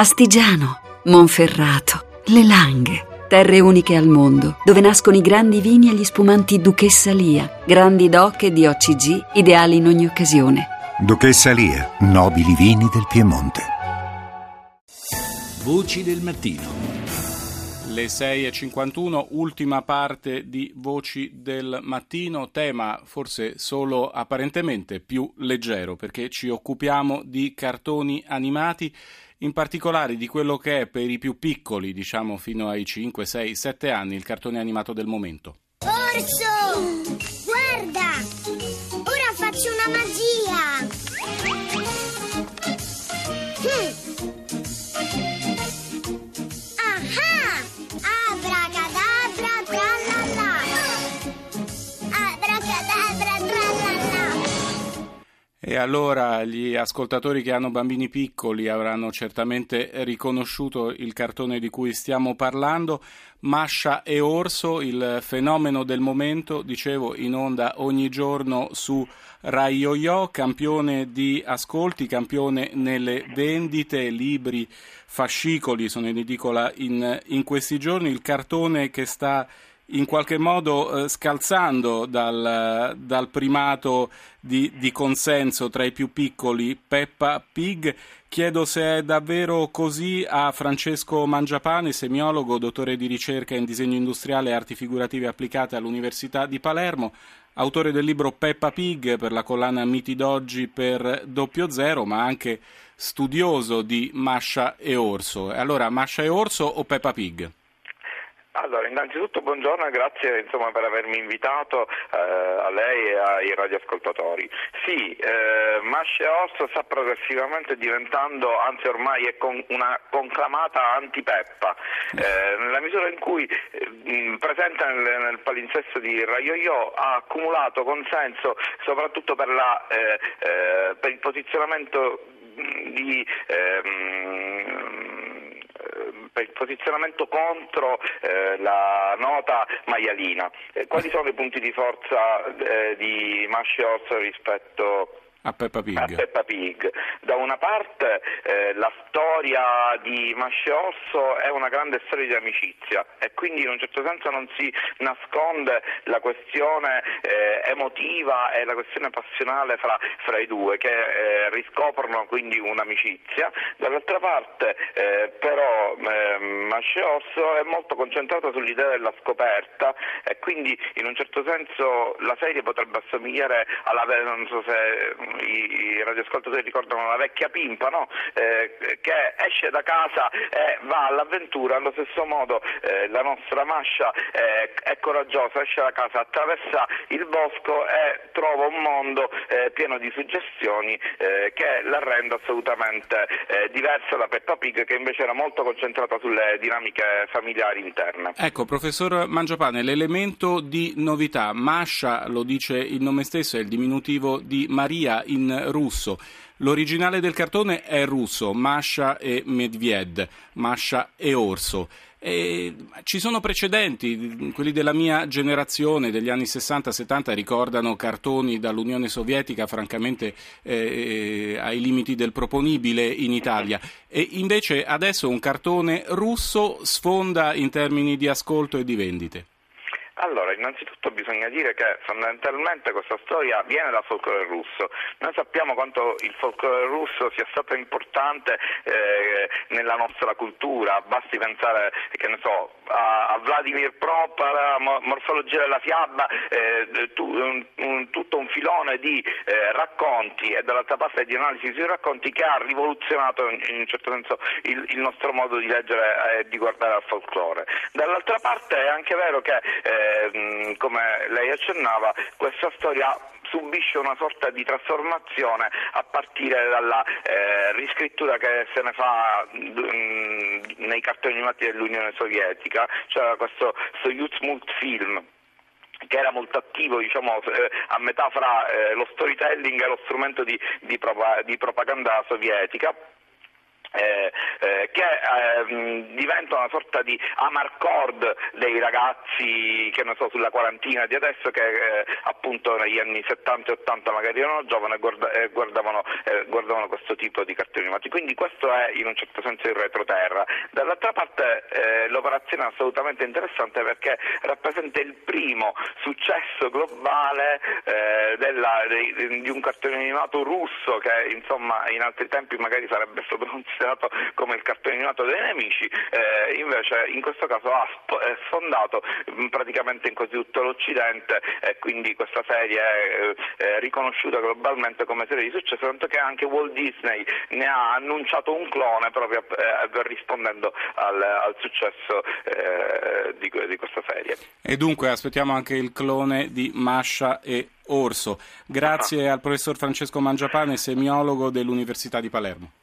Astigiano, Monferrato, Le Langhe. Terre uniche al mondo, dove nascono i grandi vini e gli spumanti Duchessa Lia, grandi DOC e DOCG, ideali in ogni occasione. Duchessa Lia, nobili vini del Piemonte. Voci del mattino. Le 6:51, ultima parte di Voci del Mattino, tema forse solo apparentemente più leggero, perché ci occupiamo di cartoni animati, in particolare di quello che è per i più piccoli, diciamo fino ai 5, 6, 7 anni, il cartone animato del momento. Orso! Guarda! Ora faccio una magia! Aha! Abracadabra, tralala! Abracadabra, tralala! E allora gli ascoltatori che hanno bambini piccoli avranno certamente riconosciuto il cartone di cui stiamo parlando, Masha e Orso, il fenomeno del momento, dicevo, in onda ogni giorno su Rai Yo-Yo, campione di ascolti, campione nelle vendite, libri, fascicoli sono in edicola in questi giorni, il cartone che sta in qualche modo scalzando dal primato di consenso tra i più piccoli, Peppa Pig. Chiedo se è davvero così a Francesco Mangiapane, semiologo, dottore di ricerca in disegno industriale e arti figurative applicate all'Università di Palermo, autore del libro Peppa Pig per la collana Miti d'oggi per 00, ma anche studioso di Masha e Orso. Allora, Masha e Orso o Peppa Pig? Allora, innanzitutto buongiorno e grazie per avermi invitato a lei e ai radioascoltatori. Sì, Masha e Orso sta progressivamente diventando, anzi ormai è una conclamata anti-Peppa, nella misura in cui presente nel palinsesto di Rai Yo-Yo ha accumulato consenso soprattutto per il posizionamento per il posizionamento contro la nota maialina. Quali sono i punti di forza di Masha e Orso rispetto a Peppa Pig? Da una parte la storia di Masha e Orso è una grande storia di amicizia e quindi in un certo senso non si nasconde la questione emotiva e la questione passionale fra i due che riscoprono quindi un'amicizia. Dall'altra parte però Masha e Orso è molto concentrata sull'idea della scoperta e quindi in un certo senso la serie potrebbe assomigliare non so se i radioascoltatori ricordano la vecchia Pimpa, no? Che esce da casa e va all'avventura. Allo stesso modo la nostra Masha è coraggiosa, esce da casa, attraversa il bosco e trova un mondo pieno di suggestioni che la rende assolutamente diversa da Peppa Pig, che invece era molto concentrata sulle dinamiche familiari interne. Ecco, professor Mangiapane, l'elemento di novità, Masha, lo dice il nome stesso, è il diminutivo di Maria in russo. L'originale del cartone è russo, Masha e Medved, Masha e Orso. E ci sono precedenti, quelli della mia generazione, degli anni 60-70, ricordano cartoni dall'Unione Sovietica, francamente ai limiti del proponibile in Italia. E invece adesso un cartone russo sfonda in termini di ascolto e di vendite. Allora, innanzitutto bisogna dire che fondamentalmente questa storia viene dal folklore russo. Noi sappiamo quanto il folklore russo sia stato importante nella nostra cultura, basti pensare, a Vladimir Propara, Morfologia della fiaba, tutto un filone di racconti e dall'altra parte di analisi sui racconti che ha rivoluzionato in un certo senso il nostro modo di leggere e di guardare al folklore. Dall'altra parte è anche vero che come lei accennava, questa storia subisce una sorta di trasformazione a partire dalla riscrittura che se ne fa nei cartoni animati dell'Unione Sovietica, cioè questo Soyuz Multfilm, che era molto attivo, a metà fra lo storytelling e lo strumento di propaganda sovietica. che diventa una sorta di amarcord dei ragazzi, che ne so, sulla quarantina di adesso, che appunto negli anni 70 e 80 magari erano giovani e guardavano questo tipo di cartoni animati. Quindi questo è in un certo senso il retroterra. Dall'altra parte l'operazione è assolutamente interessante perché rappresenta il primo successo globale di un cartone animato russo, che insomma in altri tempi magari sarebbe stato considerato come il cartone animato dei nemici, invece in questo caso ha sfondato praticamente in quasi tutto l'Occidente, e quindi questa serie è riconosciuta globalmente come serie di successo, tanto che anche Walt Disney ne ha annunciato un clone proprio rispondendo al successo di questa serie. E dunque aspettiamo anche il clone di Masha e Orso. Grazie al professor Francesco Mangiapane, semiologo dell'Università di Palermo.